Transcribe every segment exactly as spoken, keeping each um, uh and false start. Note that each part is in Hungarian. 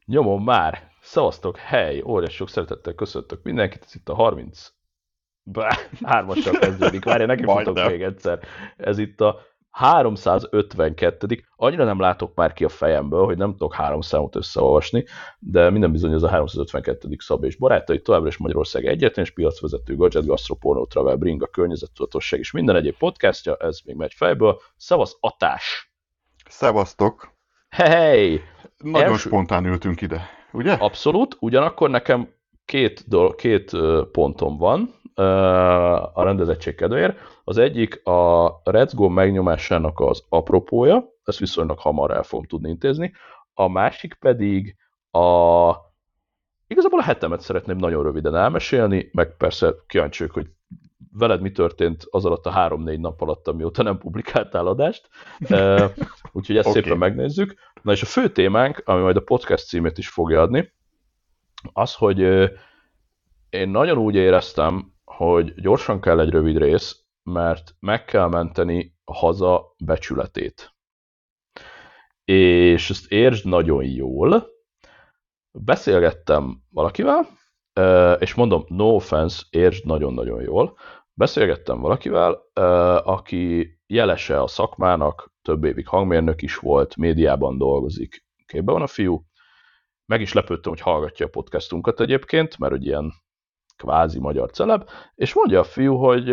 Nyomom már! Szavaztok, hely! Óriás sok szeretettel köszöntök mindenkit, ez itt a harminc... Bá, hármassal kezdődik, várja, neki futok Majdnem. még egyszer. Ez itt a háromszázötvenkettedik Annyira nem látok már ki a fejemből, hogy nem tudok három számot összeolvasni, de minden bizony ez a háromszázötvenkettedik Szabé és barátai, továbbra is Magyarország egyetlen és piacvezető gadget, gastro, porno, travel, bring, a környezettudatosság és minden egyéb podcastja, ez még megy fejből. Szavasz Atás! Szevasztok. Hey! Nagyon Első... spontán ültünk ide, ugye? Abszolút, ugyanakkor nekem két, dolog, két pontom van a rendezettség kedvéért. Az egyik a Let's Go megnyomásának az apropója, ezt viszonylag hamar el fogom tudni intézni. A másik pedig a... Igazából a hetemet szeretném nagyon röviden elmesélni, meg persze kíváncsiak, hogy veled mi történt az alatt a három-négy nap alatt, amióta nem publikáltál adást. Úgyhogy ezt okay. Szépen megnézzük. Na és a fő témánk, ami majd a podcast címét is fogja adni, az, hogy én nagyon úgy éreztem, hogy gyorsan kell egy rövid rész, mert meg kell menteni a haza becsületét. És ezt értsd nagyon jól. Beszélgettem valakivel, és mondom, no offense, értsd nagyon-nagyon jól. Beszélgettem valakivel, aki jelese a szakmának, több évig hangmérnök is volt, médiában dolgozik. Képben van a fiú. Meg is lepődtem, hogy hallgatja a podcastunkat egyébként, mert hogy ilyen kvázi magyar celeb, és mondja a fiú, hogy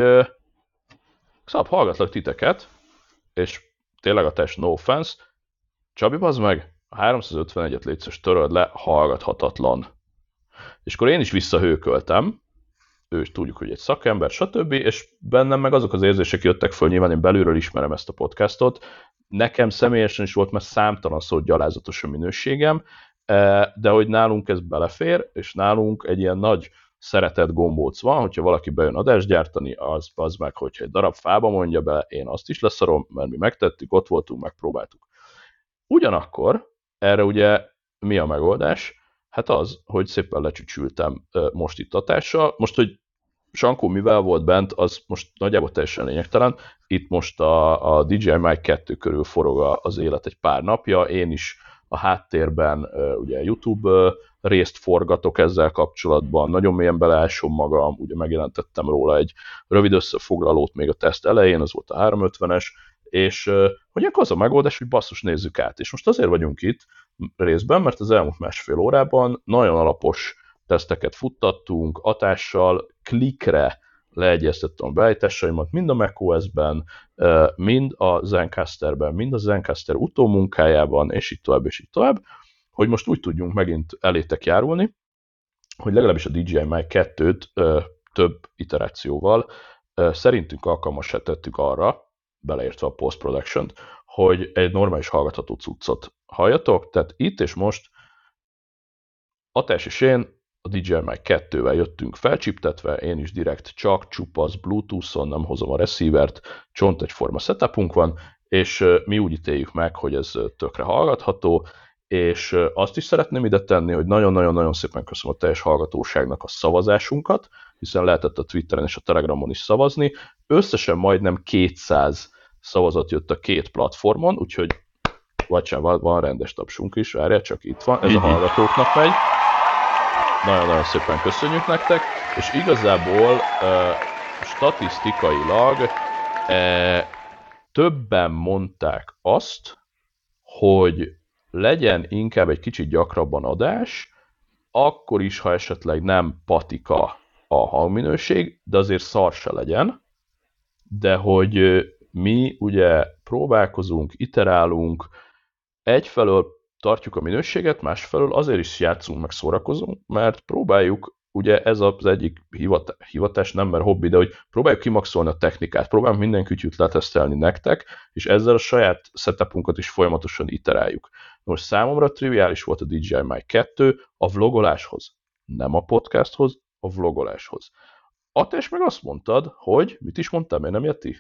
szab, hallgatlak titeket, és tényleg a test no offense, Csabi, bazd meg, a háromszázötvenegyet létszős töröld le, hallgathatatlan. És akkor én is visszahőköltem, ő is tudjuk, hogy egy szakember, stb., és bennem meg azok az érzések jöttek föl, nyilván én belülről ismerem ezt a podcastot, nekem személyesen is volt már számtalan szó gyalázatos a minőségem, de hogy nálunk ez belefér, és nálunk egy ilyen nagy szeretett gombóc van, hogyha valaki bejön adást gyártani, az, az meg, hogyha egy darab fába mondja be, én azt is leszarom, mert mi megtettük, ott voltunk, megpróbáltuk. Ugyanakkor erre ugye mi a megoldás? Hát az, hogy szépen lecsücsültem most itt Tatással. Most, hogy Sankó mivel volt bent, az most nagyjából teljesen lényegtelen. Itt most a, a dé jé i Mic kettő körül forog az élet egy pár napja. Én is a háttérben ugye YouTube részt forgatok ezzel kapcsolatban. Nagyon mélyen beleásom magam, ugye megjelentettem róla egy rövid összefoglalót még a teszt elején, az volt a háromszázötvenes, és hogy akkor az a megoldás, hogy basszus, nézzük át. És most azért vagyunk itt részben, mert az elmúlt másfél órában nagyon alapos teszteket futtattunk, Atással klikre leegyeztettem a beállításaimat, mind a macOS-ben, mind a Zencastr-ben, mind a Zencastr utómunkájában, és így tovább, és így tovább, hogy most úgy tudjunk megint elétek járulni, hogy legalábbis a dé jé i Mic kettőt több iterációval szerintünk alkalmassá tettük arra, beleértve a post-production-t, hogy egy normális hallgatható cuccot halljatok, tehát itt és most Atás és én a dé jé i Mic kettővel jöttünk felcsiptetve, én is direkt csak csupasz Bluetooth-on, nem hozom a receivert, csont egyforma setupunk van, és mi úgy ítéljük meg, hogy ez tökre hallgatható, és azt is szeretném ide tenni, hogy nagyon-nagyon-nagyon szépen köszönöm a teljes hallgatóságnak a szavazásunkat, hiszen lehetett a Twitteren és a Telegramon is szavazni. Összesen majdnem kétszáz szavazat jött a két platformon, úgyhogy vacsán, van, van rendes tapsunk is, várjál, csak itt van, ez a hallgatóknak megy. Nagyon-nagyon szépen köszönjük nektek, és igazából uh, statisztikailag uh, többen mondták azt, hogy legyen inkább egy kicsit gyakrabban adás, akkor is, ha esetleg nem patika a hangminőség, de azért szar se legyen, de hogy mi ugye próbálkozunk, iterálunk, egyfelől tartjuk a minőséget, másfelől azért is játszunk, meg szórakozunk, mert próbáljuk, ugye ez az egyik hivatás, hivatás nem mert hobbi, de hogy próbáljuk kimaxolni a technikát, próbáljuk minden kütyűt letesztelni nektek, és ezzel a saját setupunkat is folyamatosan iteráljuk. Most számomra triviális volt a dé jé i Mic kettő a vlogoláshoz, nem a podcasthoz, a vlogoláshoz. Atás meg azt mondtad, hogy, mit is mondtam én, nem Yeti?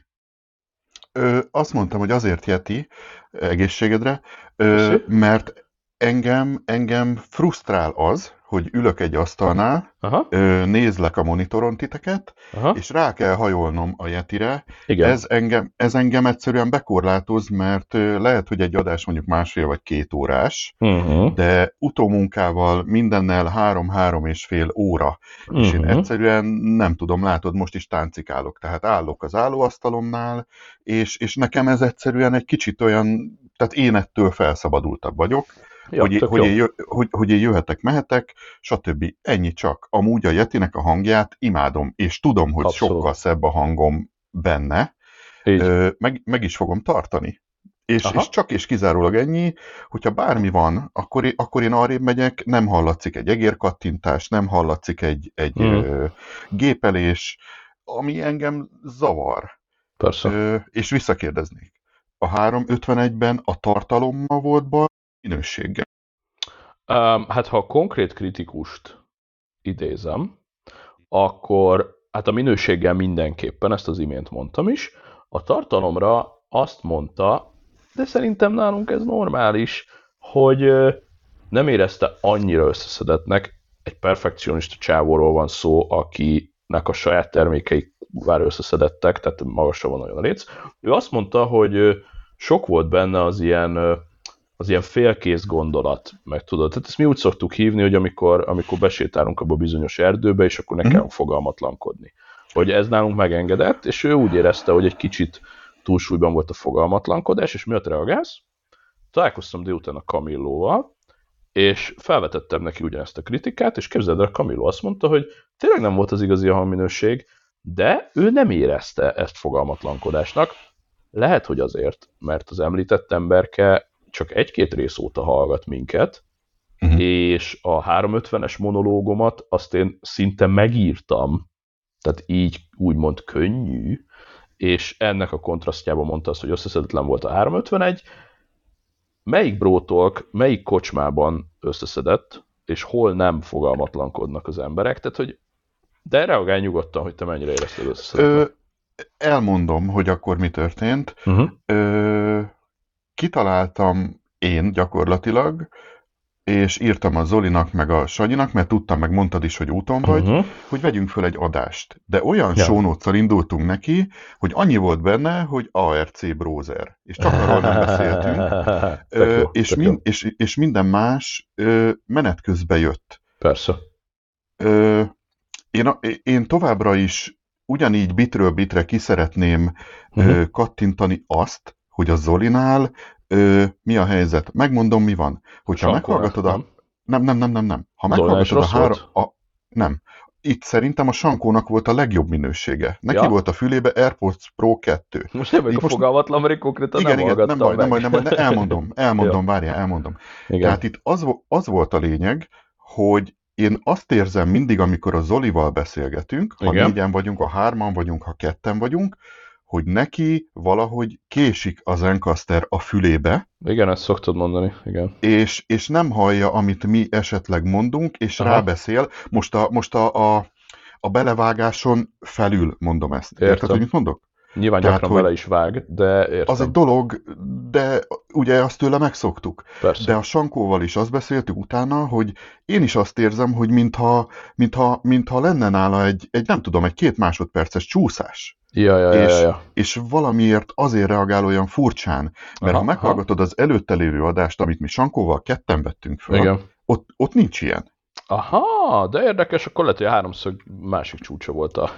Ö, azt mondtam, hogy azért Yeti, egészségedre, ö, mert engem, engem frusztrál az, hogy ülök egy asztalnál, Aha. ö, nézlek a monitoron titeket, Aha. és rá kell hajolnom a Yetire. Igen. Ez engem, ez engem egyszerűen bekorlátoz, mert ö, lehet, hogy egy adás mondjuk másfél vagy két órás, Uh-huh. de utómunkával mindennel három-három és fél óra, uh-huh. és én egyszerűen nem tudom, látod, most is táncikálok, tehát állok az állóasztalomnál, és, és nekem ez egyszerűen egy kicsit olyan, tehát én ettől felszabadultabb vagyok, ja, hogy, hogy, én, hogy, hogy én jöhetek, mehetek, stb. Ennyi csak. Amúgy a Yetinek a hangját imádom, és tudom, hogy abszolút sokkal szebb a hangom benne, Ö, meg, meg is fogom tartani. És, és csak és kizárólag ennyi, hogyha bármi van, akkor én, akkor én arrébb megyek, nem hallatszik egy egérkattintás, nem hallatszik egy, egy hmm. ö, gépelés, ami engem zavar. Persze. Ö, és visszakérdeznék. A háromszázötvenegyben a tartalommal volt baj, minőséggel? Um, hát ha a konkrét kritikust idézem, akkor hát a minőséggel mindenképpen, ezt az imént mondtam is, a tartalomra azt mondta, de szerintem nálunk ez normális, hogy nem érezte annyira összeszedettnek, egy perfekcionista csávóról van szó, akinek a saját termékei már összeszedettek, tehát magasra van olyan a léc. Ő azt mondta, hogy sok volt benne az ilyen, az ilyen félkész gondolat, meg tudod. Tehát ezt mi úgy szoktuk hívni, hogy amikor, amikor besétálunk abba a bizonyos erdőbe, és akkor ne kell mm. fogalmatlankodni. Hogy ez nálunk megengedett, és ő úgy érezte, hogy egy kicsit túlsúlyban volt a fogalmatlankodás, és miatt reagálsz? Találkoztam délután a Camillóval, és felvetettem neki ugyanezt a kritikát, és képzeld el, a Camilló azt mondta, hogy tényleg nem volt az igazi a hangminőség, de ő nem érezte ezt fogalmatlankodásnak. Lehet, hogy azért, mert az említett emberke csak egy-két rész óta hallgat minket, uh-huh. és a háromszázötvenes monológomat azt én szinte megírtam, tehát így úgymond könnyű, és ennek a kontrasztjában mondta azt, hogy összeszedetlen volt a háromszázötvenegy. Melyik brótolk, melyik kocsmában összeszedett, és hol nem fogalmatlankodnak az emberek, tehát hogy de reagálj nyugodtan, hogy te mennyire érezted összeszedetlen. Elmondom, hogy akkor mi történt. Uh-huh. Ö, kitaláltam én gyakorlatilag, és írtam a Zolinak, meg a Sanyinak, mert tudtam, meg mondtad is, hogy úton vagy, uh-huh. hogy vegyünk föl egy adást. De olyan ja. show notes-szal indultunk neki, hogy annyi volt benne, hogy á er cé browser. És csak arról nem beszéltünk. ö, jó, és, min- és, és minden más ö, menet közben jött. Persze. Ö, én, én továbbra is ugyanígy bitről bitre ki szeretném uh-huh. ö, kattintani azt, hogy a Zolinál Ö, mi a helyzet? Megmondom, mi van. Hogyha meghallgatod a... Nem, nem, nem, nem, nem. Ha meghallgatod a három... A... Nem. Itt szerintem a Sankónak volt a legjobb minősége. Neki ja. volt a fülébe AirPods Pro kettő. Most nem vagyok most... fogalmatlan, mert én konkrétan igen, nem igen, hallgattam nem baj, meg. nem baj, nem baj, de elmondom, elmondom, várjál, elmondom. Igen. Tehát itt az, az volt a lényeg, hogy én azt érzem mindig, amikor a Zolival beszélgetünk, ha igen. négyen vagyunk, ha hárman vagyunk, ha ketten vagyunk, hogy neki valahogy késik a Zencastr a fülébe. Igen, ezt szoktad mondani, igen. És, és nem hallja, amit mi esetleg mondunk, és aha. rábeszél. Most a, most a, a, a belevágáson felül mondom ezt. Értem. Érted, hogy mit mondok? Nyilván Tehát, gyakran bele is vág, de értem. Az egy dolog, de ugye azt tőle megszoktuk. Persze. De a Sankóval is azt beszéltük utána, hogy én is azt érzem, hogy mintha, mintha, mintha lenne nála egy, egy, nem tudom, egy két másodperces csúszás. Ja, ja, és, ja, ja. és valamiért azért reagál olyan furcsán, mert aha, ha meghallgatod aha. az előtte lévő adást, amit mi Sankóval ketten vettünk fel, ott, ott nincs ilyen. Aha, de érdekes, akkor lehet, hogy a háromszög másik csúcsa volt a,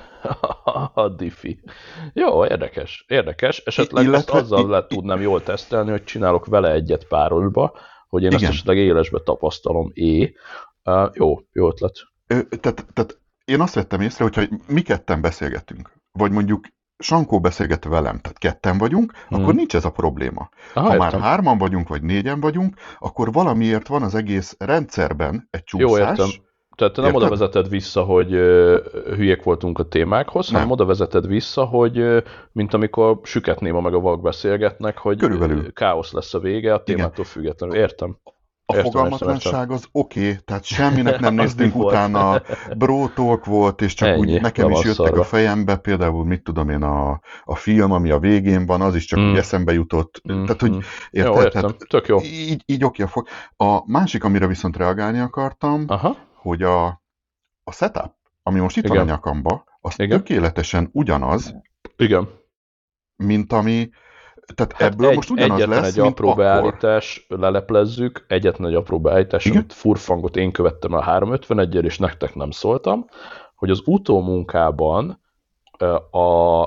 a diffi. Jó, érdekes, érdekes. Esetleg illetve, ezt azzal lehet tudnám jól tesztelni, hogy csinálok vele egyet párosba, hogy én igen. ezt esetleg élesbe tapasztalom. É. Uh, jó, jó ötlet. Ö, tehát, tehát én azt vettem észre, hogyha mi ketten beszélgetünk, vagy mondjuk Sankó beszélget velem, tehát ketten vagyunk, hmm. akkor nincs ez a probléma. Aha, ha értem. Már hárman vagyunk, vagy négyen vagyunk, akkor valamiért van az egész rendszerben egy csúszás. Jó, értem. Tehát te nem érted? Oda vezeted vissza, hogy uh, hülyék voltunk a témákhoz, nem. hanem oda vezeted vissza, hogy uh, mint amikor Süket Néma meg a Vag beszélgetnek, hogy körülbelül káosz lesz a vége, a témától igen. függetlenül. Értem. A értem, fogalmatlanság értem. Az oké, okay, tehát semminek nem néztünk utána, bro-talk volt, és csak ennyi, úgy nekem is jöttek szarva. A fejembe, például mit tudom én, a, a film, ami a végén van, az is csak mm. úgy eszembe jutott. Mm. Tehát, hogy érted? Jó, értem. Tehát, tök jó. Így, így oké a fog. A másik, amire viszont reagálni akartam, aha. hogy a, a setup, ami most itt Igen. van a nyakamba, az Igen. tökéletesen ugyanaz, Igen. mint ami, tehát Hát ebből egy, most ugyanaz egyetlen lesz, egy mint apró akkor. beállítás, leleplezzük, egyetlen egy apró beállítás, Igen? amit furfangot én követtem a háromszázötvenegyel, és nektek nem szóltam, hogy az utómunkában a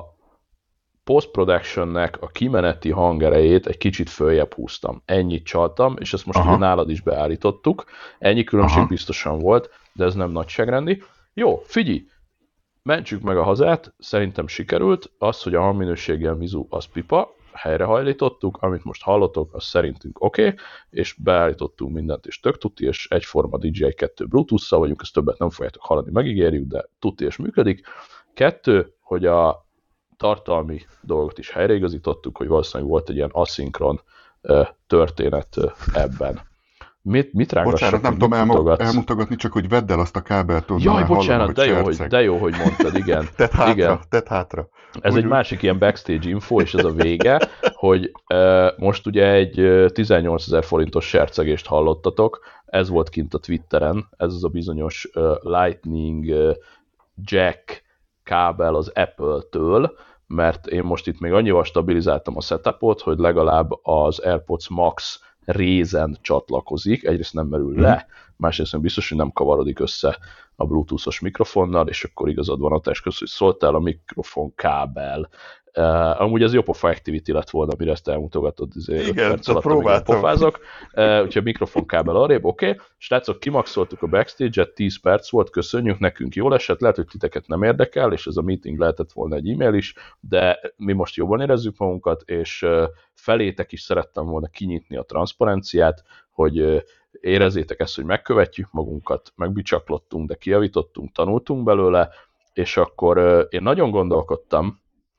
post-productionnek a kimeneti hangerejét egy kicsit följebb húztam. Ennyit csaltam, és ezt most Aha. ugye nálad is beállítottuk. Ennyi különbség Aha. biztosan volt, de ez nem nagyságrendi. Jó, figyelj, mentsük meg a hazát, szerintem sikerült. Az, hogy a hangminőséggel Mizu, az pipa, helyrehajlítottuk, amit most hallotok, az szerintünk oké, okay, és beállítottunk mindent, és tök tuti, és egyforma dé jé kettő Bluetooth-szal vagyunk, ezt többet nem fogjátok hallani, megígérjük, de tuti és működik. Kettő, hogy a tartalmi dolgot is helyreigazítottuk, hogy valószínűleg volt egy ilyen aszinkron uh, történet uh, ebben. Mit, mit rángassak? Bocsánat, nem tudom elmo- elmutogatni, csak hogy vedd el azt a kábelt onnan. Jaj, bocsánat, hallom, de, jó, hogy, de jó, hogy mondtad, igen. Tedd hátra, igen. tedd hátra. Ez úgy, egy úgy. Másik ilyen backstage info, és ez a vége, hogy uh, most ugye egy uh, tizennyolcezer forintos sercegést hallottatok, ez volt kint a Twitteren, ez az a bizonyos uh, Lightning uh, Jack kábel az Apple-től, mert én most itt még annyival stabilizáltam a setupot, hogy legalább az AirPods Max rézen csatlakozik, egyrészt nem merül le, másrészt biztos, hogy nem kavarodik össze a Bluetooth-os mikrofonnal, és akkor igazad van, Atás, köszönöm, hogy szóltál, a mikrofon kábel. Uh, amúgy ez jó pofa activity lett volna, mire ezt elmutogatod, igen, csak próbáltam. Pofázok. Uh, úgyhogy a mikrofonkábel arrébb, oké. Okay. Srácok, kimaxoltuk a backstage-et, tíz perc volt, köszönjük, nekünk jól esett, lehet, hogy titeket nem érdekel, és ez a meeting lehetett volna egy e-mail is, de mi most jobban érezzük magunkat, és uh, felétek is szerettem volna kinyitni a transzparenciát, hogy uh, érezzétek ezt, hogy megkövetjük magunkat, megbicsaklottunk, de kijavítottunk, tanultunk belőle, és akkor uh, én nagyon gondolkodtam,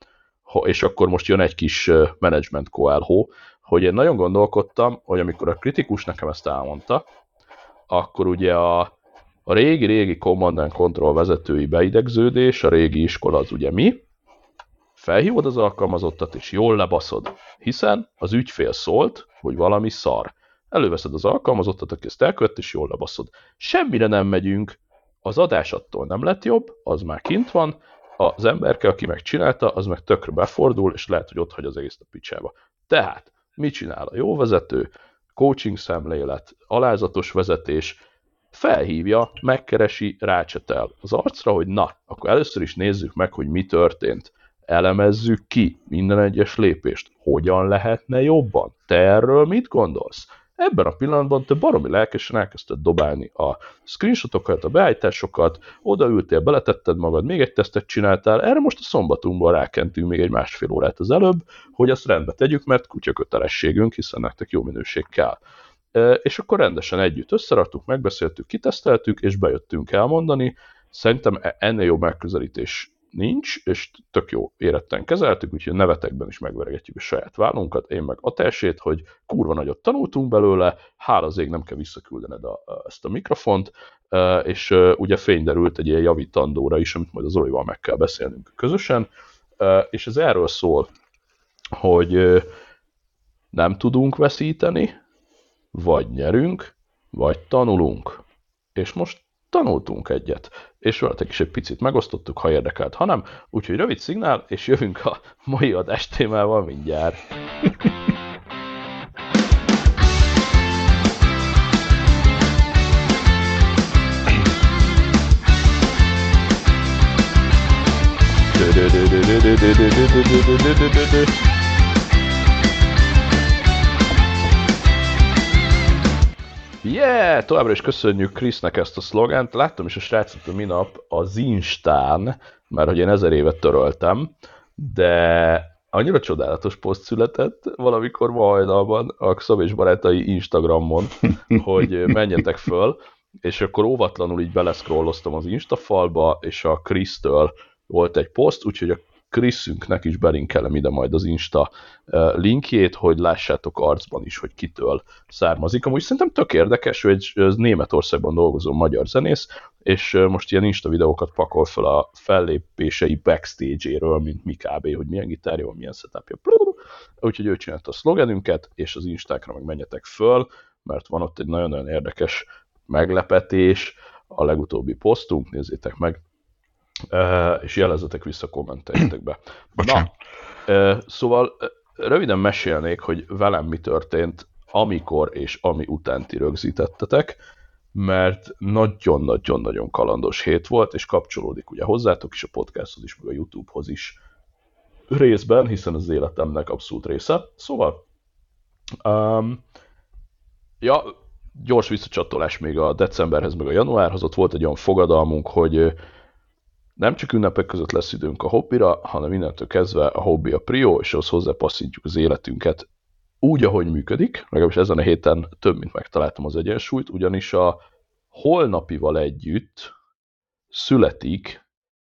és akkor most jön egy kis management koálhó, hogy én nagyon gondolkodtam, hogy amikor a kritikus nekem ezt elmondta, akkor ugye a, a régi-régi Command and Control vezetői beidegződés, a régi iskola az ugye mi? Felhívod az alkalmazottat, és jól lebaszod, hiszen az ügyfél szólt, hogy valami szar. Előveszed az alkalmazottat, aki ezt elkövett, és jól lebaszod. Semmire nem megyünk, az adás attól nem lett jobb, az már kint van, az emberke, aki megcsinálta, az meg tökre befordul, és lehet, hogy ott hagy az egész a picsába. Tehát, mit csinál a jó vezető? Coaching szemlélet, alázatos vezetés, felhívja, megkeresi, rácsetel az arcra, hogy na, akkor először is nézzük meg, hogy mi történt. Elemezzük ki minden egyes lépést. Hogyan lehetne jobban? Te erről mit gondolsz? Ebben a pillanatban te baromi lelkesen elkezdted dobálni a screenshotokat, a beállításokat, odaültél, beletetted magad, még egy tesztet csináltál, erre most a szombatunkban rákentünk még egy másfél órát az előbb, hogy azt rendbe tegyük, mert kutya kötelességünk, hiszen nektek jó minőség kell. E, és akkor rendesen együtt összeraktuk, megbeszéltük, kiteszteltük, és bejöttünk elmondani. Szerintem ennél jobb megközelítés nincs, és tök jó éretten kezeltük, úgyhogy a nevetekben is megveregetjük a saját vállunkat, én meg a telsét, hogy kurva nagyot tanultunk belőle, hála az ég, nem kell visszaküldened a, a, ezt a mikrofont, és ugye fény derült egy ilyen javítandóra is, amit majd az Olival meg kell beszélnünk közösen, és ez erről szól, hogy nem tudunk veszíteni, vagy nyerünk, vagy tanulunk. És most tanultunk egyet, és veletek is egy picit megosztottuk, ha érdekelt, ha nem. Úgyhogy rövid szignál, és jövünk a mai adás témával mindjárt. Yeah! Továbbra is köszönjük Krisznek ezt a szlogent. Láttam is a srácot a minap az Instán, mert hogy én ezer évet töröltem, de annyira csodálatos poszt született valamikor ma hajnalban a Szab és barátai Instagramon, hogy menjetek föl, és akkor óvatlanul így beleszkrolloztam az Instafalba, és a Krisztől volt egy poszt, úgyhogy a Kriszünknek is belinkelem ide majd az Insta linkjét, hogy lássátok arcban is, hogy kitől származik. Amúgy szerintem tök érdekes, hogy ez Németországban dolgozó magyar zenész, és most ilyen Insta videókat pakol fel a fellépései backstage-éről, mint mi kb., hogy milyen gitárja van, milyen setupja. Úgyhogy ő csinálta a szlogenünket, és az Instákra meg menjetek föl, mert van ott egy nagyon-nagyon érdekes meglepetés, a legutóbbi posztunk, nézzétek meg, és jelezzetek vissza, kommenteljétek be. Na, szóval röviden mesélnék, hogy velem mi történt, amikor és ami után ti rögzítettetek, mert nagyon-nagyon-nagyon kalandos hét volt, és kapcsolódik ugye hozzátok is, a podcasthoz is, meg a YouTubehoz is részben, hiszen az életemnek abszolút része. Szóval, um, ja, gyors visszacsatolás még a decemberhez, meg a januárhoz, ott volt egy olyan fogadalmunk, hogy nem csak ünnepek között lesz időnk a hobbira, hanem innentől kezdve a hobbi a prio, és ahhoz hozzápasszítjuk az életünket úgy, ahogy működik. Legalábbis ezen a héten több, mint megtaláltam az egyensúlyt, ugyanis a holnapival együtt születik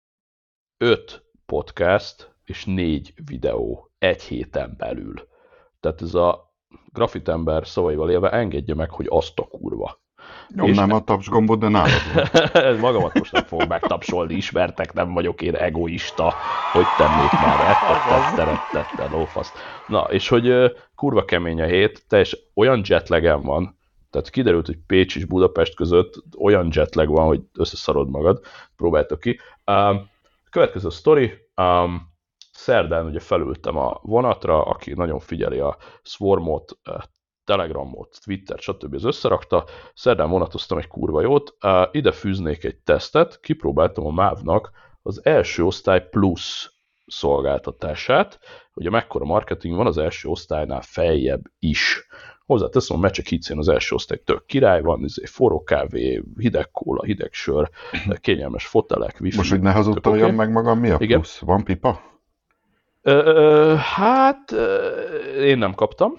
öt podcast és négy videó egy héten belül. Tehát ez a grafitember szavaival élve engedje meg, hogy azt a kurva. Nyomnám a taps gombot, de nálad. Magamat most nem fogom megtapsolni, ismertek, nem vagyok én egoista, hogy tennék már, ettettem, szerettettem, lófaszt. Na, és hogy kurva kemény a hét, teljesen olyan jetlagem van, tehát kiderült, hogy Pécs és Budapest között olyan jetlag van, hogy összeszarod magad, próbáltok ki. Um, következő sztori, um, szerdán ugye felültem a vonatra, aki nagyon figyeli a Swarmot, Telegramot, Twitter, stb. Az összerakta. Szerdán vonatoztam egy kurva jót. Uh, ide fűznék egy tesztet, kipróbáltam a mávnak az első osztály plusz szolgáltatását, ugye mekkora marketing van az első osztálynál feljebb is. Hozzáteszem, a Mecsek Hicén az első osztály tök király van, izé, forró kávé, hideg kóla, hideg sör, kényelmes fotelek, wifi. Most, hogy ne hazudtaljam okay. meg magam, mi a Igen? plusz? Van pipa? Ö, ö, hát ö, én nem kaptam.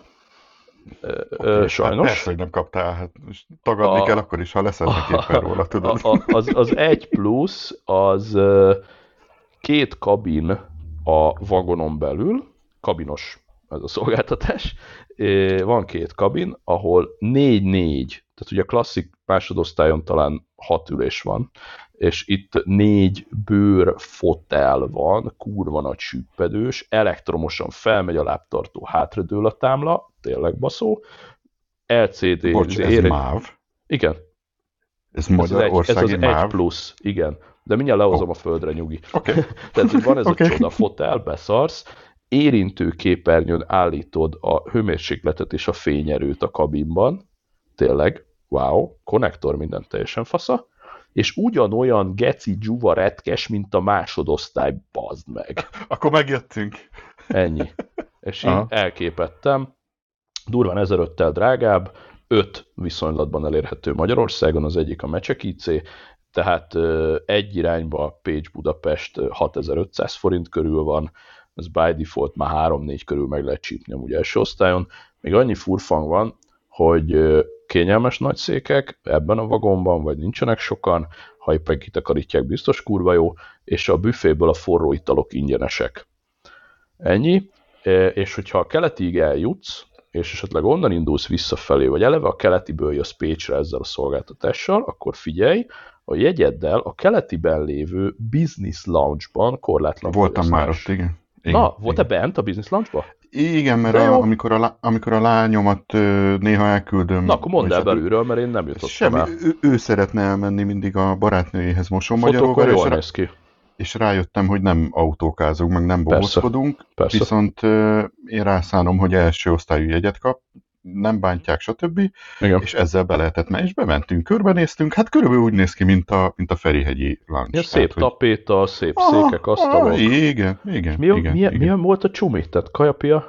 Okay, sajnos. Hát persze, hogy nem kaptál, hát tagadni a, kell akkor is, ha leszednek éppen róla, tudod. A, a, az, az egy plusz, az két kabin a vagonon belül, kabinos ez a szolgáltatás, van két kabin, ahol négy-négy, tehát ugye a klasszik másodosztályon talán hat ülés van, és itt négy bőr fotel van, kurva nagy süppedős, elektromosan felmegy a lábtartó, hátradől a támla, tényleg baszó, el cé dé... Bocs, ez ér... MÁV? Igen. Ez Magyarországi MÁV? Ez az egy plusz, igen. De mindjárt lehozom oh. a földre, nyugi. Okay. Tehát, hogy van ez okay. a csoda fotel, beszarsz, érintő képernyőn állítod a hőmérsékletet és a fényerőt a kabinban, tényleg, wow, konnektor, minden teljesen fasza, és ugyanolyan geci dzsuva retkes, mint a másodosztály, bazd meg. Akkor megjöttünk. Ennyi. És így elképettem, durván ezeröttel drágább, öt viszonylatban elérhető Magyarországon, az egyik a Mecsek I C, tehát egy irányba Pécs-Budapest hatezer-ötszáz forint körül van, ez by default már három-négy körül meg lehet csípni amúgy első osztályon. Még annyi furfang van, hogy kényelmes nagy székek ebben a vagonban, vagy nincsenek sokan, ha éppen kitakarítják, biztos kurva jó, és a büféből a forró italok ingyenesek. Ennyi, és hogyha a keletig eljutsz, és esetleg onnan indulsz visszafelé, vagy eleve a keletiből jössz Pécsre ezzel a szolgáltatással, akkor figyelj, a jegyeddel a keletiben lévő Business Lounge-ban korlátlan Voltam már ott, igen. Igen, Na, volt-e bent a Business Lounge-ba? Igen, mert a, amikor, a, amikor a lányomat ö, néha elküldöm... Na, akkor mondd el belülről, mert én nem jutottam semmi, el. Ő, ő szeretne elmenni mindig a barátnőjéhez Mosonmagyaróval, és, rá, és rájöttem, hogy nem autókázunk, meg nem bohózkodunk, viszont ö, én rászánom, hogy első osztályú jegyet kap, nem bántják, stb. Igen. És ezzel be lehetett menni, és bementünk, körbenéztünk, hát körülbelül úgy néz ki, mint a, mint a Ferihegyi lunch. Ja, szép tehát, tapéta, hogy... szép aha, székek, asztalok. Ah, igen, igen. Mi, igen, milyen, igen. milyen volt a csumi? Tehát kajapia?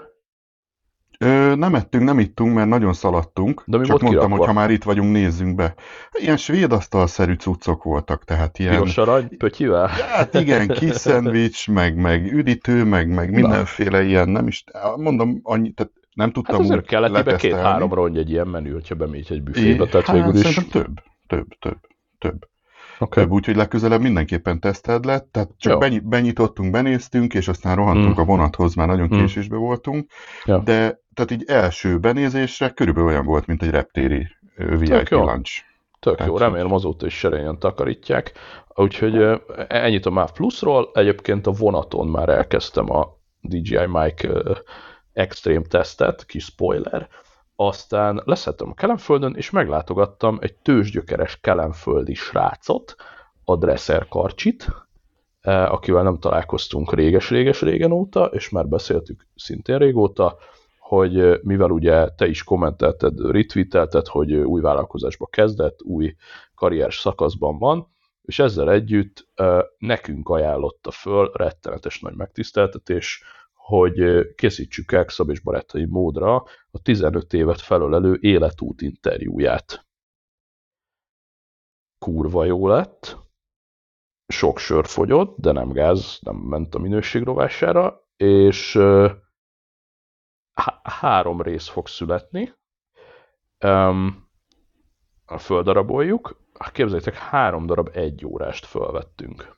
Ö, nem ettünk, nem ittunk, mert nagyon szaladtunk. De mi csak mondtam, kirakva? hogy ha már itt vagyunk, nézzünk be. Ilyen svéd asztalszerű cuccok voltak, tehát ilyen... Piros arany, pötyivel? Hát igen, kis szendvics, meg, meg üdítő, meg, meg mindenféle Na. ilyen, nem is... Mondom, annyi, tehát nem tudtam hát úgy keletibe két-három rongy egy ilyen menü, hogyha bemégy egy büfébe, tehát hát, végül is... Szerintem több, több, több, több. Okay. Több, úgyhogy legközelebb mindenképpen teszteld lett, tehát csak beny- benyitottunk, benéztünk, és aztán rohantunk mm. a vonathoz, már nagyon késésbe mm. voltunk, ja. de tehát így első benézésre körülbelül olyan volt, mint egy reptéri vé i pé lunch. Tök tehát jó, remélem azóta is serényen takarítják. Úgyhogy ennyit a MÁV Plusról, egyébként a vonaton már elkezdtem a dé jé i Mic Extreme tesztet, kis spoiler. A aztán leszálltam a Kelenföldön, és meglátogattam egy tőzsgyökeres kelenföldi srácot, a Dresser Karcsit, akivel nem találkoztunk réges-réges-régen óta, és már beszéltük szintén régóta, hogy mivel ugye te is kommentelted, retweetelted, hogy új vállalkozásba kezdett, új karrieres szakaszban van, és ezzel együtt nekünk ajánlotta föl, rettenetes nagy megtiszteltetés, hogy készítsük el Szab és barátai módra a tizenöt évet felölelő életút interjúját. Kurva jó lett, sok sör fogyott, de nem gáz, nem ment a minőség rovására, és há- három rész fog születni. Um, földaraboljuk. Képzeljétek, három darab egy órást fölvettünk.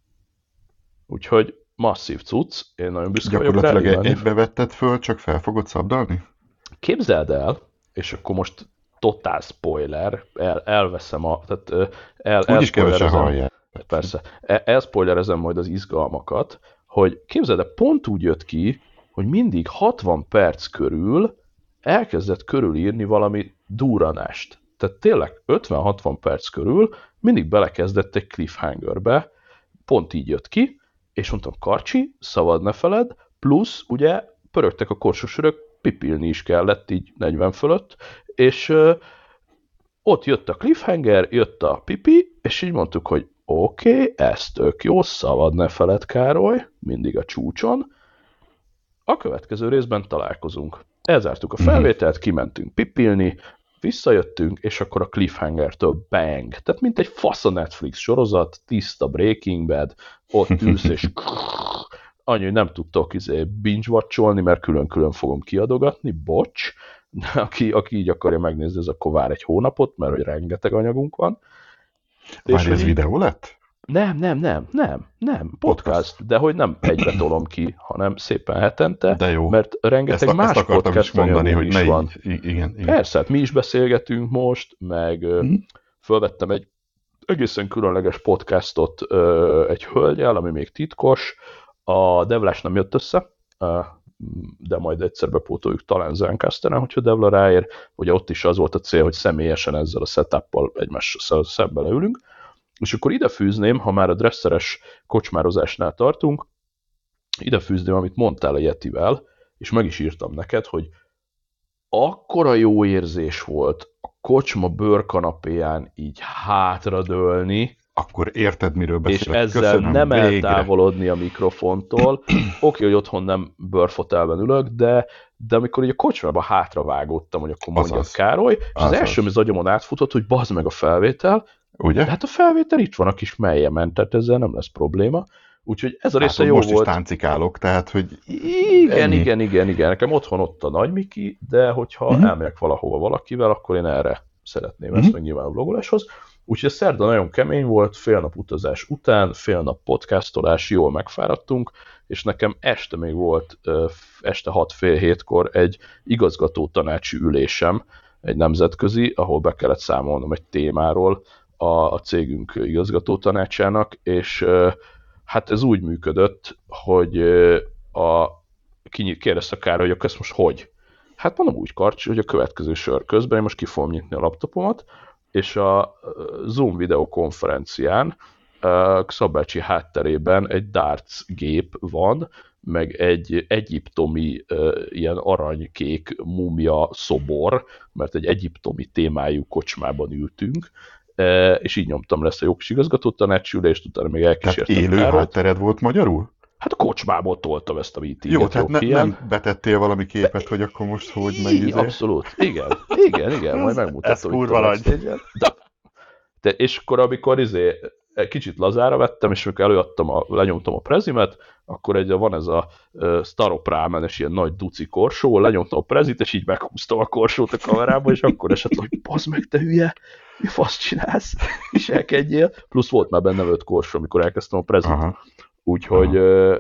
Úgyhogy masszív cucc, én nagyon büszke vagyok rá. Gyakorlatilag egybe vetted föl, csak fel fogod szabdalni? Képzeld el, és akkor most totál spoiler, el, elveszem a... Tehát el, úgyis kevesen hallják. Persze. Elspoilerezem majd az izgalmakat, hogy képzeld el, pont úgy jött ki, hogy mindig hatvan perc körül elkezdett körülírni valami durranást. Tehát tényleg ötven-hatvan perc körül mindig belekezdett egy cliffhangerbe, pont így jött ki, és mondtam, Karcsi, szabad ne feled, plusz ugye pörögtek a korsósörök, pipilni is kellett így negyven fölött, és ö, ott jött a cliffhanger, jött a pipi, és így mondtuk, hogy oké, okay, ez tök jó, szabad ne feled, Károly, mindig a csúcson. A következő részben találkozunk. Elzártuk a felvételt, kimentünk pipilni, visszajöttünk, és akkor a cliffhangertől bang. Tehát mint egy fasz a Netflix sorozat, tiszta Breaking Bad, ott ülsz, és annyi, hogy nem tudtok izé binge-watcholni, mert külön-külön fogom kiadogatni, bocs. De aki, aki így akarja megnézni, ez akkor vár egy hónapot, mert hogy rengeteg anyagunk van. Várj, ez videó lett? Nem, nem, nem, nem, nem, podcast, podcast. De hogy nem egybe tolom ki, hanem szépen hetente, de jó. Mert rengeteg ezt, más ezt podcast mondani, hogy is ne van. Így, igen, igen. Persze, hát mi is beszélgetünk most, meg hmm. fölvettem egy egészen különleges podcastot egy hölgyel, ami még titkos. A Devlás nem jött össze, de majd egyszer bepótoljuk talán Zencasteren, hogyha Devla ráér. Ugye ott is az volt a cél, hogy személyesen ezzel a setuppal egymással szembe leülünk. És akkor ide fűzném, ha már a dresszeres kocsmározásnál tartunk, ide fűzném, amit mondtál a Yetivel, és meg is írtam neked, hogy akkora jó érzés volt a kocsma bőrkanapéján így hátradőlni, akkor érted, miről beszélek. És ezzel Köszönöm, nem végre. eltávolodni a mikrofontól. Oké, hogy otthon nem bőrfotelben ülök, de, de amikor így a kocsmába hátravágódtam, hogy akkor mondjad Károly, és az, az első, ami az agyamon átfutott, hogy bazd meg a felvétel, ugye? De hát a felvétel itt van a kis melyemen, tehát ezzel nem lesz probléma. Úgyhogy ez a része hát, jó most volt. Most is táncikálok, tehát, hogy... Igen, ennyi. igen, igen, igen. Nekem otthon ott a Nagy Miki, de hogyha uh-huh. elmegyek valahova valakivel, akkor én erre szeretném uh-huh. ezt, meg nyilván a vlogoláshoz. Úgyhogy a szerda nagyon kemény volt, fél nap utazás után, fél nap podcastolás, jól megfáradtunk, és nekem este még volt, este hat fél hétkor egy igazgató tanácsi ülésem, egy nemzetközi, ahol be kellett számolnom egy témáról a, a cégünk igazgató tanácsának, és hát ez úgy működött, hogy a, kérdezte Károly, hogy ezt most hogy? Hát mondom úgy, Karcsi, hogy a következő sör közben én most ki fogom nyitni a laptopomat, és a Zoom videokonferencián Szabácsi hátterében egy darts gép van, meg egy egyiptomi ilyen aranykék múmia szobor, mert egy egyiptomi témájú kocsmában ültünk, és így nyomtam lesz a jogos igazgató tanácsülést, utána még elkísértem. Tehát élő háttered volt magyarul? Hát a kocsmából toltam ezt a meetinget. Jó, tehát ne, nem betettél valami képet, hogy akkor most hogy megy. Abszolút, igen, igen, igen, majd megmutatom. Ez kurva nagy. De, de, és akkor, amikor izé, kicsit lazára vettem, és amikor előadtam, a, lenyomtam a prezimet, akkor egy, van ez a uh, Staropramen-es ilyen nagy duci korsó, lenyomtam a prezit, és így meghúztam a korsót a kamerába, és akkor esett, hogy bazd meg, te hülye, mi fasz csinálsz, viselkedjél. Plusz volt már benne öt korsó, amikor elkezdtem a prezit. Aha. Úgyhogy uh,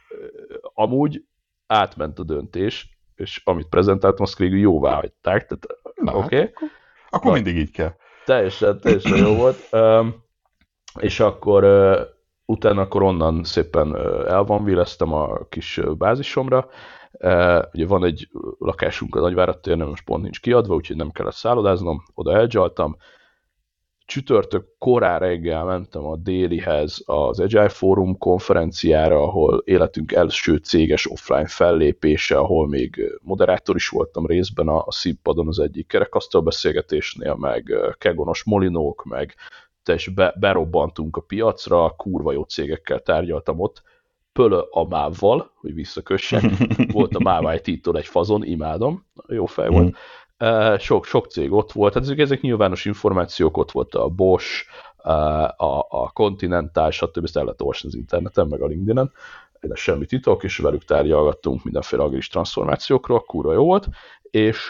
amúgy átment a döntés, és amit prezentáltam, azt végül jóvá hagyták. Oké. Okay. Akkor, akkor mindig így kell. Teljesen, teljesen jó volt. Um, és akkor uh, utána akkor onnan szépen uh, elvanvilleztem a kis bázisomra, Ugye van egy lakásunk a Nagyvárad téren, most pont nincs kiadva, úgyhogy nem kellett szállodáznom, oda elgyaltam. Csütörtök korán reggel mentem a Délihez az Agile Forum konferenciára, ahol életünk első céges offline fellépése, ahol még moderátor is voltam részben a, a színpadon az egyik kerekasztal beszélgetésnél, meg kegonos molinók, meg és be, berobbantunk a piacra, kurva jó cégekkel tárgyaltam ott, Pölö a mávval, hogy visszakössek. Volt a MÁV i té-től egy fazon, imádom, jó fej volt. Mm. Sok, sok cég ott volt, hát ezek, ezek nyilvános információk, ott volt a Bosch, a, a Continental, stb. Ezt el lehet olvasni az interneten, meg a LinkedIn-en. Ez semmi titok, és velük tárgyalgattunk mindenféle agilis transformációkról, kurva jó volt. És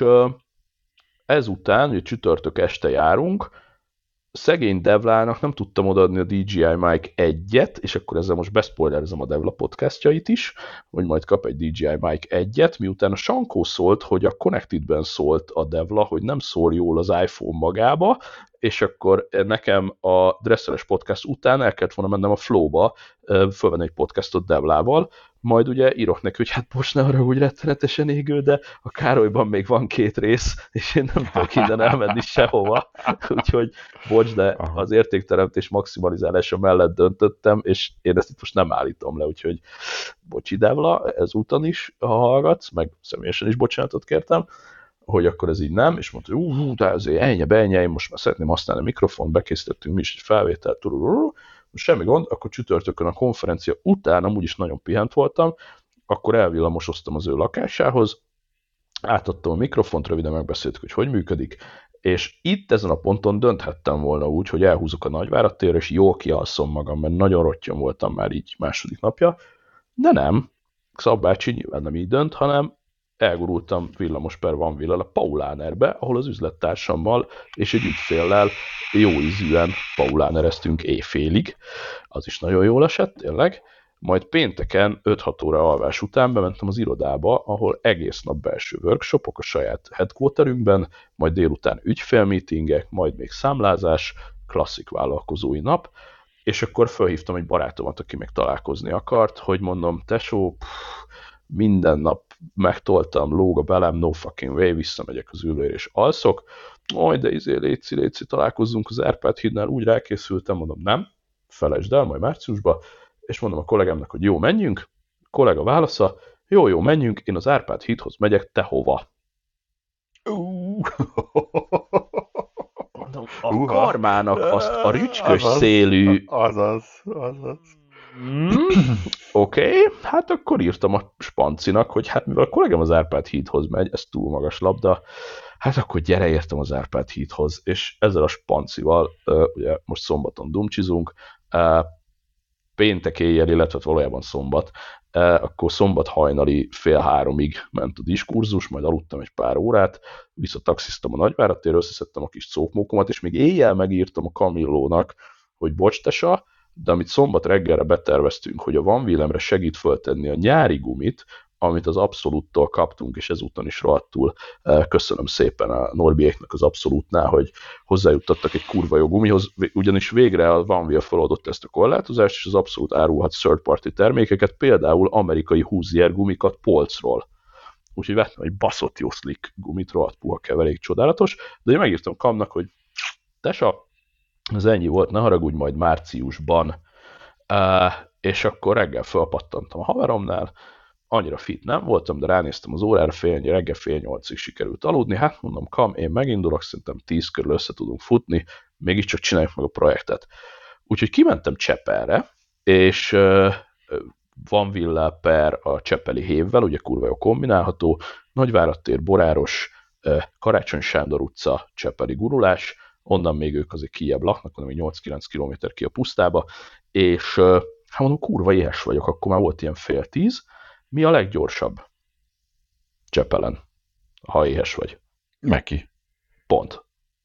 ezután, hogy csütörtök este járunk, szegény Devlának nem tudtam odaadni a dé jé i Mic egyet, és akkor ezzel most bespoilerezem a Devla podcastjait is, hogy majd kap egy dé jé i Mic egyet, miután a Sankó szólt, hogy a Connected-ben szólt a Devla, hogy nem szól jól az iPhone magába, és akkor nekem a Dresseles podcast után el kellett volna mennem a Flow-ba, fölvenni egy podcastot Devlával, majd ugye írok neki, hogy hát most ne arra, hogy rettenetesen égő, de a Károlyban még van két rész, és én nem tudok innen elmenni sehova, úgyhogy bocs, de az értékteremtés maximalizálása mellett döntöttem, és én ezt itt most nem állítom le, úgyhogy bocsi Devla, ezúton is, ha hallgatsz, meg személyesen is bocsánatot kértem, hogy akkor ez így nem, és mondta, hogy ú, de azért ennyi, bennyi, én most már szeretném használni a mikrofont, bekészítettünk mi is egy felvételt, turururu, semmi gond, akkor csütörtökön a konferencia után, amúgy is nagyon pihent voltam, akkor elvillamosoztam az ő lakásához, átadtam a mikrofont, röviden megbeszéltük, hogy hogy működik, és itt ezen a ponton dönthettem volna úgy, hogy elhúzok a Nagyvárad térre, és jól kialszom magam, mert nagyon rottyan voltam már így második napja, de nem, Szabbácsi nyilván nem így dönt, hanem elgurultam villamos per Van Villal a Paulánerbe, ahol az üzlettársammal és egy ügyféllel jó ízűen paulánereztünk éjfélig. Az is nagyon jól esett, tényleg. Majd pénteken öt-hat óra alvás után bementem az irodába, ahol egész nap belső workshopok a saját headquarterünkben, majd délután ügyfélmeetingek, majd még számlázás, klasszik vállalkozói nap, és akkor felhívtam egy barátomat, aki még találkozni akart, hogy mondom, tesó, pff, minden nap megtoltam, lóg a belem, no fucking way, visszamegyek az ülőre és alszok. Oj, de izé, léci, léci, találkozzunk az Árpád hídnál, úgy rákészültem, mondom, nem, felejtsd el, majd márciusba, és mondom a kollégámnak, hogy jó, menjünk. A kollega válasza, jó, jó, menjünk, én az Árpád hídhoz megyek, te hova? Mondom, a uh, karmának azt a rücskös azaz, szélű... Azaz, azaz. Mm, Oké, okay. Hát akkor írtam a Spancinak, hogy hát mivel a kollégám az Árpád hídhoz megy, ez túl magas labda, hát akkor gyere, értem az Árpád hídhoz, és ezzel a Spancival, uh, ugye most szombaton dumcsizunk, uh, péntek éjjel, illetve valójában szombat, uh, akkor szombat hajnali fél háromig ment a diskurzus, majd aludtam egy pár órát, visszataxiztam a Nagyvárad térről, összeszedtem a kis szókmókomat, és még éjjel megírtam a Kamillónak, hogy bocs, tesa, de amit szombat reggelre beterveztünk, hogy a Van Willemre segít föltenni a nyári gumit, amit az Absoluttól kaptunk, és ezúton is rohadtul köszönöm szépen a Norbiéknak az Absolutnál, hogy hozzájuttattak egy kurva jó gumihoz, ugyanis végre a Van Will feloldott ezt a korlátozást, és az Absolut árulhat third party termékeket, például amerikai Hoosier gumikat polcról. Úgyhogy vettem egy baszott jó slick gumit, rohadt puha keverék, csodálatos, de én megírtam Kamnak, hogy tesa, az ennyi volt, ne haragudj, majd márciusban. Uh, és akkor reggel felpattantam a haveromnál, annyira fit nem voltam, de ránéztem az órára, fél, reggel fél nyolcig sikerült aludni, hát mondom, Kam, én megindulok, szerintem tíz körül össze tudunk futni, mégiscsak csináljuk meg a projektet. Úgyhogy kimentem Csepelre, és uh, Van Villa per a csepeli hévvel, ugye kurva jó kombinálható, Nagyvárad tér, Boráros, uh, Karácsony Sándor utca, csepeli gurulás, onnan még ők azért kijebb laknak, mondom, nyolc-kilenc kilométer ki a pusztába, és hát mondom, kurva éhes vagyok, akkor már volt ilyen fél tíz. Mi a leggyorsabb? Csepelen, ha éhes vagy. Meki. Pont.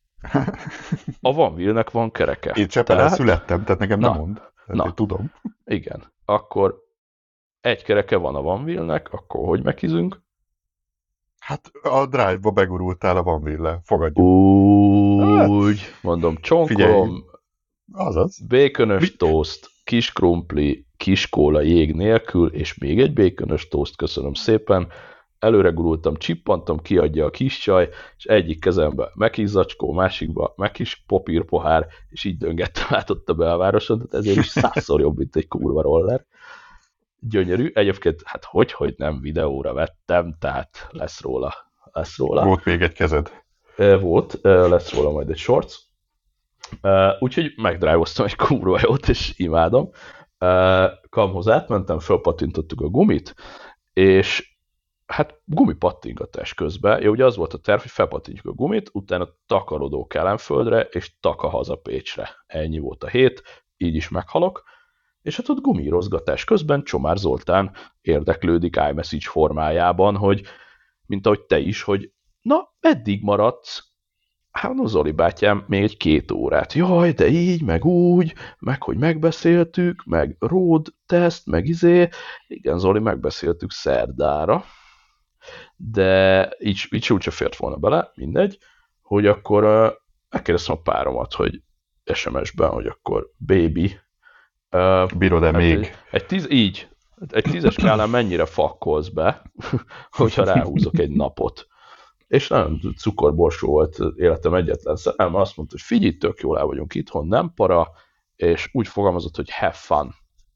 A Van Willnek van kereke. Én Csepelen tehát... születtem, tehát nekem nem mond. Na, én tudom. Igen. Akkor egy kereke van a Van Willnek, akkor hogy megizünk? Hát a Drive-ba begurultál a Van Will-le, fogadjuk. Úgy, hát, mondom, csonkolom, azaz. békönös toast, kis krumpli, kis kóla jég nélkül, és még egy békönös toast, köszönöm szépen. Előre gurultam, csippantam, kiadja a kis csaj, és egyik kezembe megizzacskó, másikba megis papírpohár, és így döngettem át ott a belvároson, tehát ezért is százszor jobb, mint egy kurva roller. Gyönyörű. Egyébként, hát hogy, hogy nem videóra vettem, tehát lesz róla. Lesz róla. Volt még egy kezed. Volt, lesz róla majd egy shorts. Úgyhogy megdrive-oztam egy kurva jót, és imádom. Kamhoz átmentem, fölpattintottuk a gumit, és hát gumipattingatás közben, ja, ugye az volt a terv, hogy felpattintjuk a gumit, utána takarodó Kelenföldre, és taka haza Pécsre. Ennyi volt a hét, így is meghalok. És hát ott gumírozgatás közben Csomár Zoltán érdeklődik iMessage formájában, hogy mint ahogy te is, hogy na, meddig maradsz? Hát no, Zoli bátyám, még egy két órát. Jaj, de így, meg úgy, meg hogy megbeszéltük, meg road test, meg izé. Igen, Zoli, megbeszéltük szerdára, de így, így úgy se fért volna bele, mindegy, hogy akkor uh, megkérdeztem a páromat, hogy es em es-ben, hogy akkor baby, Uh, Bírod-e hát még? Egy, egy tíz, így. Egy tízes skálán mennyire fakkolsz be, hogyha ráhúzok egy napot. És nagyon cukorborsó volt életem egyetlen szerelme, azt mondta, hogy figyelj, tök jól el vagyunk itthon, nem para, és úgy fogalmazott, hogy have fun.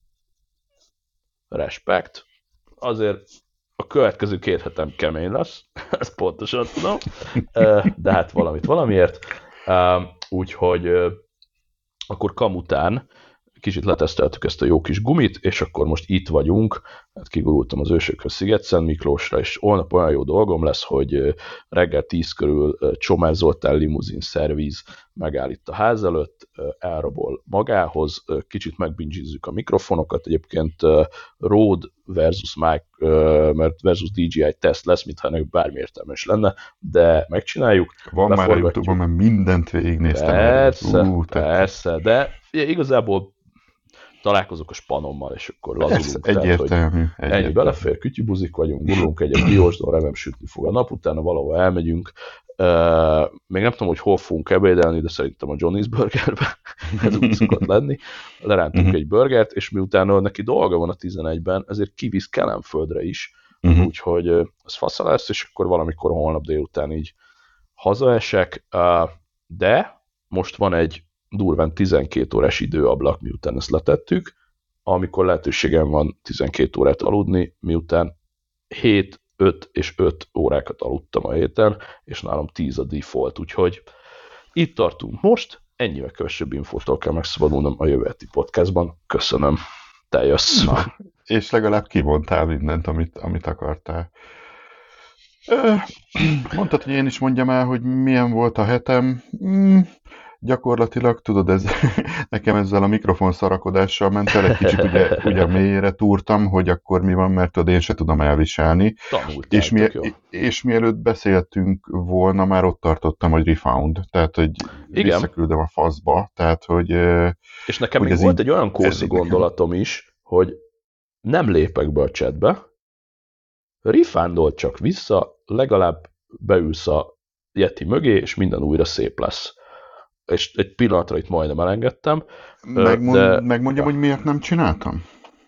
Respect. Azért a következő két hetem kemény lesz, ezt pontosan tudom, de hát valamit valamiért. Úgyhogy akkor kam után kicsit leteszteltük ezt a jó kis gumit, és akkor most itt vagyunk, hát kigurultam az ősökhöz Sziget-Szent Miklósra, és holnap olyan jó dolgom lesz, hogy reggel tíz körül Csomár Zoltán limuzin szerviz megáll itt a ház előtt, elrabol magához, kicsit megbingizzük a mikrofonokat, egyébként Rode versus Mic, mert versus dé jé i teszt lesz, mintha ennek bármi értelme is lenne, de megcsináljuk. Van már a YouTube-on, mert mindent végignéztem. Persze, Ú, persze, de igazából találkozok a spanommal, és akkor lazulunk. Egyértelmű. Ennyi belefér, kütyübuzik vagyunk, gurulunk egyet, diósdon, remélem sütni fog a nap, utána valahol elmegyünk. Uh, még nem tudom, hogy hol fogunk ebédelni, de szerintem a Johnny's Burgerbe, ez úgy szokott lenni. Lerántunk uh-huh. egy burgert, és miután neki dolga van a tizenegyben, ezért kivisz Kelenföldre is, uh-huh. úgyhogy ez fasza lesz, és akkor valamikor holnap délután így hazaesek, uh, de most van egy durván tizenkét órás időablak, miután ezt letettük, amikor lehetőségem van tizenkét órát aludni, miután hét, öt és öt órákat aludtam a héten, és nálam tíz a default, úgyhogy itt tartunk most, ennyivel kevesebb infótól kell megszabadulnom a jövő heti podcastban. Köszönöm, te jössz. Na, és legalább kivontál mindent, amit, amit akartál. Mondtad, hogy én is mondjam el, hogy milyen volt a hetem. Mm. Gyakorlatilag, tudod, ez, nekem ezzel a mikrofon szarakodással ment el, egy kicsit ugye, ugye mélyére túrtam, hogy akkor mi van, mert tudod, én se tudom elviselni. Tanultál, és, mi, és mielőtt beszéltünk volna, már ott tartottam, hogy refound, tehát, hogy igen. Visszaküldöm a faszba, tehát, hogy... És nekem még volt így, egy olyan kószi gondolatom nekem... is, hogy nem lépek be a chatbe, refundol csak vissza, legalább beülsz a Yeti mögé, és minden újra szép lesz. És egy pillanatra itt majdnem elengedtem. Megmond, de... Megmondjam, hogy miért nem csináltam?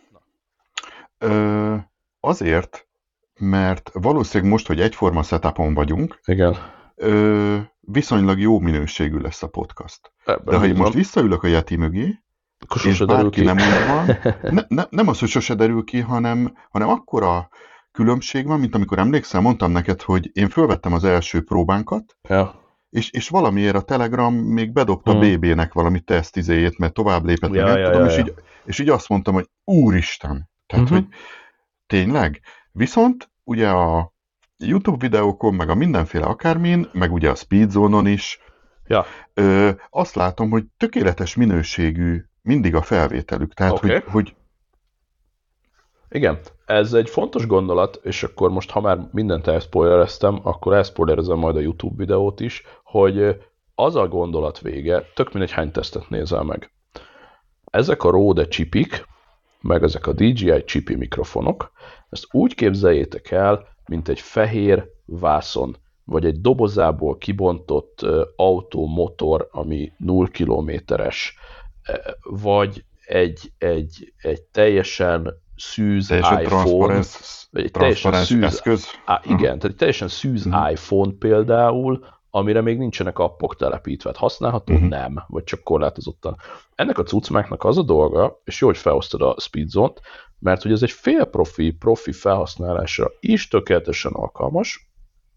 Ö, azért, mert valószínűleg most, hogy egyforma setupon vagyunk, igen. Ö, viszonylag jó minőségű lesz a podcast. Ebben de ha én most visszaülök a Yeti mögé, és bárki nem úgy van, ne, ne, nem az, hogy sose derül ki, hanem, hanem akkora különbség van, mint amikor emlékszel, mondtam neked, hogy én fölvettem az első próbánkat, ja. És, és valamiért a Telegram még bedobta hmm. bé bé-nek valami tesztizéjét, mert tovább lépett, ja, nem ja, tudom, ja, és, ja. Így, és így azt mondtam, hogy úristen, tehát, uh-huh. hogy tényleg. Viszont ugye a YouTube videókon, meg a mindenféle akármin, meg ugye a Speedzone-on is, ja. ö, azt látom, hogy tökéletes minőségű mindig a felvételük. Tehát, okay. hogy, hogy igen, ez egy fontos gondolat, és akkor most, ha már mindent elszpoilereztem, akkor elszpoilerezem majd a YouTube videót is, hogy az a gondolat vége, tök mindegy hány tesztet nézel meg. Ezek a Rode csipik, meg ezek a dé jé i csipi mikrofonok, ezt úgy képzeljétek el, mint egy fehér vászon, vagy egy dobozából kibontott autómotor, ami nulla kilométeres, vagy egy, egy, egy teljesen szűz teljesen iPhone, vagy egy teljesen szűz, eszköz. Á, igen, uh-huh. tehát egy teljesen szűz uh-huh. iPhone például, amire még nincsenek appok telepítve. Használható? Uh-huh. Nem, vagy csak korlátozottan. Ennek a cuccmáknak az a dolga, és jó, hogy felhoztad a Speedzone-t, mert hogy ez egy félprofi, profi felhasználásra is tökéletesen alkalmas,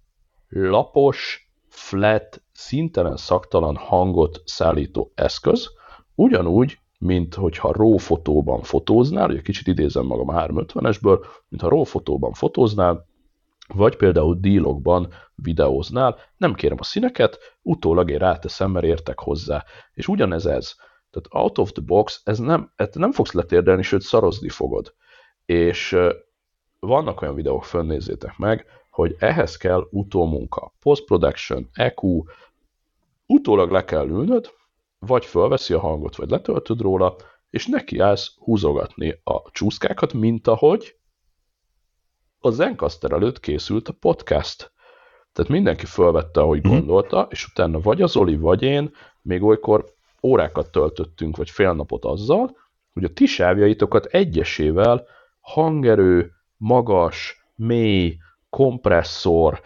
lapos, flat, szintelen szaktalan hangot szállító eszköz, ugyanúgy, mint hogyha RAW fotóban fotóznál, ugye kicsit idézem magam a háromszázötvenesből, mint ha RAW fotóban fotóznál, vagy például D-Logban videóznál, nem kérem a színeket, utólag én ráteszem, mert értek hozzá. És ugyanez ez. Tehát out of the box, ez nem, ez nem fogsz letérdelni, sőt szarozni fogod. És vannak olyan videók, fönnézzétek meg, hogy ehhez kell utómunka, post-production, é kú, utólag le kell ülnöd, vagy fölveszi a hangot, vagy letöltöd róla, és nekiállsz húzogatni a csúszkákat, mint ahogy a Zencastr előtt készült a podcast. Tehát mindenki fölvette, ahogy gondolta, és utána vagy az Oli, vagy én, még olykor órákat töltöttünk, vagy fél napot azzal, hogy a ti sávjaitokat egyesével hangerő, magas, mély, kompresszor,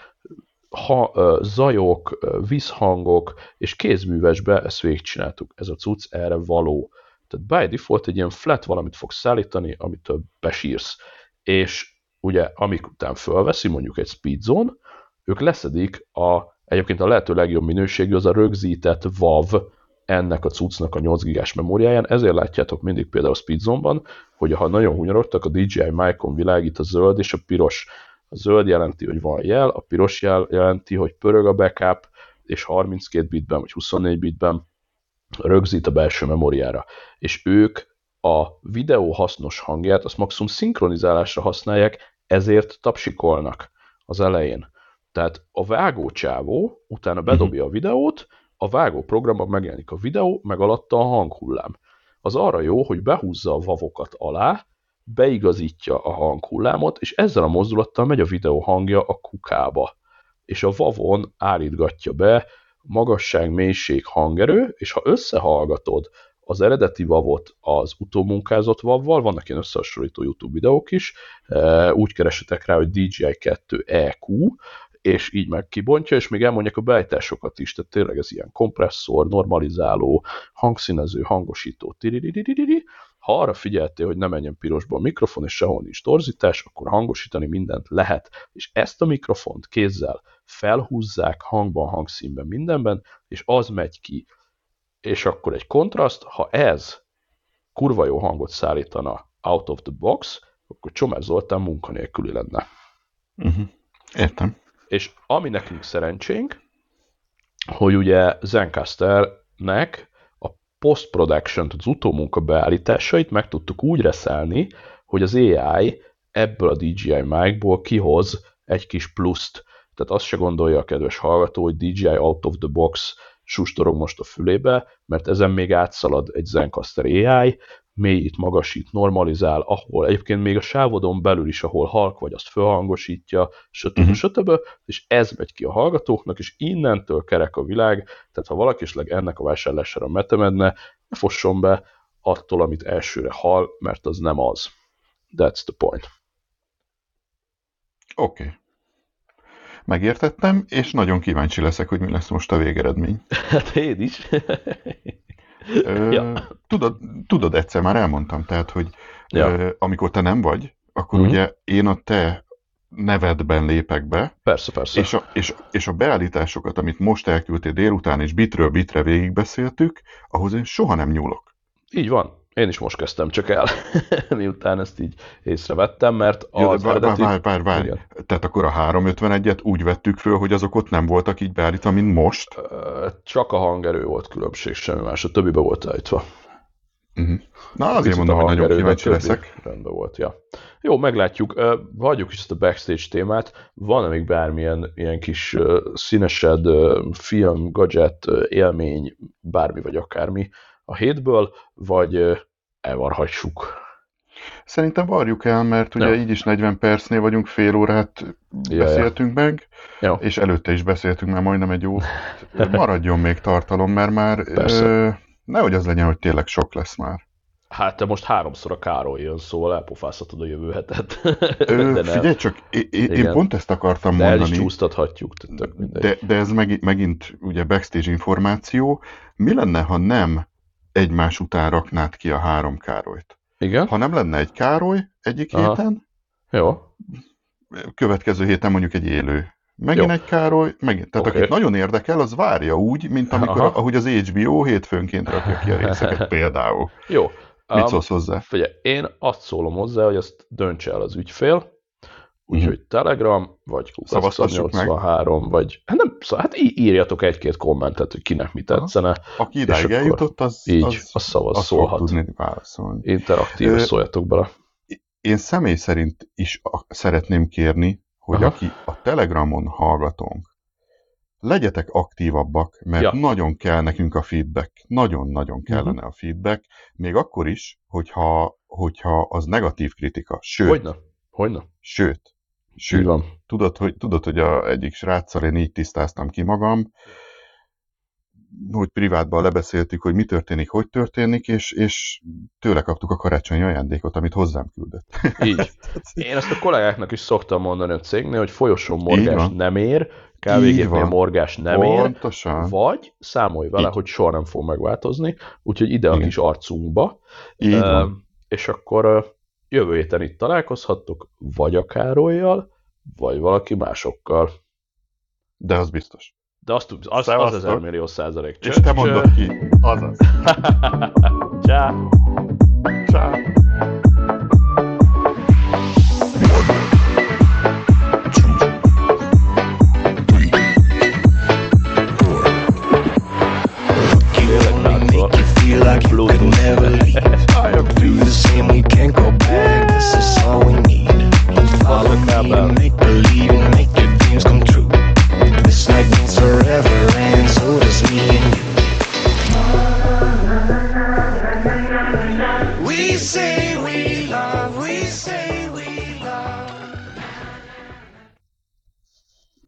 ha, zajok, vízhangok, és kézművesbe ezt végigcsináltuk. Ez a cucc erre való. Tehát by default egy ilyen flat valamit fogsz szállítani, amitől besírsz. És ugye, amik után fölveszi, mondjuk egy Speedzone, ők leszedik a, egyébként a lehető legjobb minőségű, az a rögzített vav ennek a cuccnak a nyolc gigás memóriáján, ezért látjátok mindig például a Speedzone-ban, hogy ha nagyon hunyorodtak, a dé jé i mic-on világít a zöld és a piros. A zöld jelenti, hogy van jel, a piros jel jelenti, hogy pörög a backup, és harminckét bitben vagy huszonnégy bitben rögzít a belső memóriára. És ők a videó hasznos hangját, azt maximum szinkronizálásra használják, ezért tapsikolnak az elején. Tehát a vágócsávó utána bedobja a videót, a vágó programban megjelenik a videó, meg alatta a hanghullám. Az arra jó, hogy behúzza a vavokat alá, beigazítja a hanghullámot, és ezzel a mozdulattal megy a videó hangja a kukába. És a vavon állítgatja be magasság, mélység, hangerő, és ha összehallgatod az eredeti vavot az utómunkázott vavval, vannak ilyen összehasonlító YouTube videók is, úgy keresetek rá, hogy dé jé i kettő é kú, és így meg kibontja, és még elmondják a beállításokat is, tehát tényleg ez ilyen kompresszor, normalizáló, hangszínező, hangosító, tiriririri. Ha arra figyeltél, hogy ne menjen pirosba a mikrofon, és sehol nincs torzítás, akkor hangosítani mindent lehet, és ezt a mikrofont kézzel felhúzzák hangban, hangszínben, mindenben, és az megy ki. És akkor egy kontraszt, ha ez kurva jó hangot szállítana out of the box, akkor Csomer Zoltán munkanélküli lenne. Uh-huh. Értem. És ami nekünk szerencsénk, hogy ugye Zencasternek a post-production, az utómunka beállításait meg tudtuk úgy reszelni, hogy az á i ebből a dé jé i mic-ból kihoz egy kis pluszt. Tehát azt se gondolja a kedves hallgató, hogy dé jé i out of the box sustorog most a fülébe, mert ezen még átszalad egy Zencastr á i, mélyít, magasít, normalizál, ahol egyébként még a sávodon belül is, ahol halk vagy, azt fölhangosítja, stb. Uh-huh. stb. És ez megy ki a hallgatóknak, és innentől kerek a világ, tehát ha valaki esetleg ennek a vásárlására metemedne, ne fosson be attól, amit elsőre hall, mert az nem az. That's the point. Oké. Okay. Megértettem, és nagyon kíváncsi leszek, hogy mi lesz most a végeredmény. Hát én is. Ö, ja. tudod, tudod, egyszer már elmondtam, tehát, hogy ja. ö, amikor te nem vagy, akkor mm. ugye én a te nevedben lépek be. Persze, persze. És a, és, és a beállításokat, amit most elküldtél délután, és bitről bitre végigbeszéltük, ahhoz én soha nem nyúlok. Így van. Én is most kezdtem csak el, miután ezt így észrevettem, mert az ja, eredeti... Várj, várj, várj. Tehát akkor a háromszázötvenegyet úgy vettük föl, hogy azok ott nem voltak így beállítva, mint most? Csak a hangerő volt különbség, semmi más, a többibe volt állítva. Uh-huh. Na, azért mondom, hogy nagyon kíváncsi leszek. Rendben volt, ja. Jó, meglátjuk. Hagyjuk is ezt a backstage témát. Van-e még bármilyen ilyen kis színesed, film, gadget, élmény, bármi vagy akármi a hétből, vagy elvarhassuk? Szerintem varjuk el, mert ugye ja. így is negyven percnél vagyunk, fél órát ja, beszéltünk ja. meg, ja. és előtte is beszéltünk már majdnem egy óra. Maradjon még tartalom, mert már ö, nehogy az legyen, hogy tényleg sok lesz már. Hát te most háromszor a Károly jön, szóval elpofázhatod a jövő hetet. Ö, de figyelj csak, én, én pont ezt akartam de mondani. De el is csúsztathatjuk. De, de ez meg, megint ugye backstage információ. Mi lenne, ha nem egymás után raknád ki a három Károlyt? Igen? Ha nem lenne egy Károly egyik Aha. héten, jó. Következő héten mondjuk egy élő. Megint jó. egy Károly, megint. Tehát okay. akit nagyon érdekel, az várja úgy, mint amikor, Aha. ahogy az há bé o hétfőnként rakja ki a részeket például. Jó. Mit um, szólsz hozzá? Figyelj, én azt szólom hozzá, hogy ezt döntse el az ügyfél, úgyhogy uh-huh. Telegram, vagy Kukac nyolcvanhárom, vagy hát nem, hát írjatok egy-két kommentet, hogy kinek mi tetszene. Aki idáig eljutott, az, így, az, az szavaz, az szólhat. tudni válaszolni. Interaktív, Ö, szóljatok bele. Én személy szerint is szeretném kérni, hogy Aha. aki a Telegramon hallgatónk, legyetek aktívabbak, mert ja. nagyon kell nekünk a feedback. Nagyon-nagyon kellene uh-huh. a feedback, még akkor is, hogyha, hogyha az negatív kritika. Sőt, Hogyne? Hogyne? Sőt, sőt van. Tudod, hogy, tudod, hogy a egyik sráccal én így tisztáztam ki magam, hogy privátban lebeszéltük, hogy mi történik, hogy történik, és, és tőle kaptuk a karácsonyi ajándékot, amit hozzám küldött. Így. Én ezt a kollégáknak is szoktam mondani a cégnél, hogy folyosón morgás nem ér, kávégépnél morgás nem Pontosan. ér, vagy számolj vele, Így. hogy soha nem fog megváltozni, úgyhogy ide a kis arcunkba, Így uh, és akkor uh, jövő héten itt találkozhattok, vagy a Károllyal, vagy valaki másokkal. De az biztos. De azt tudsz, az, az ezer millió százalék. És te mondod ki, azaz. Csá. Csá. Follow me, make believe and make your dreams come true. This night means forever and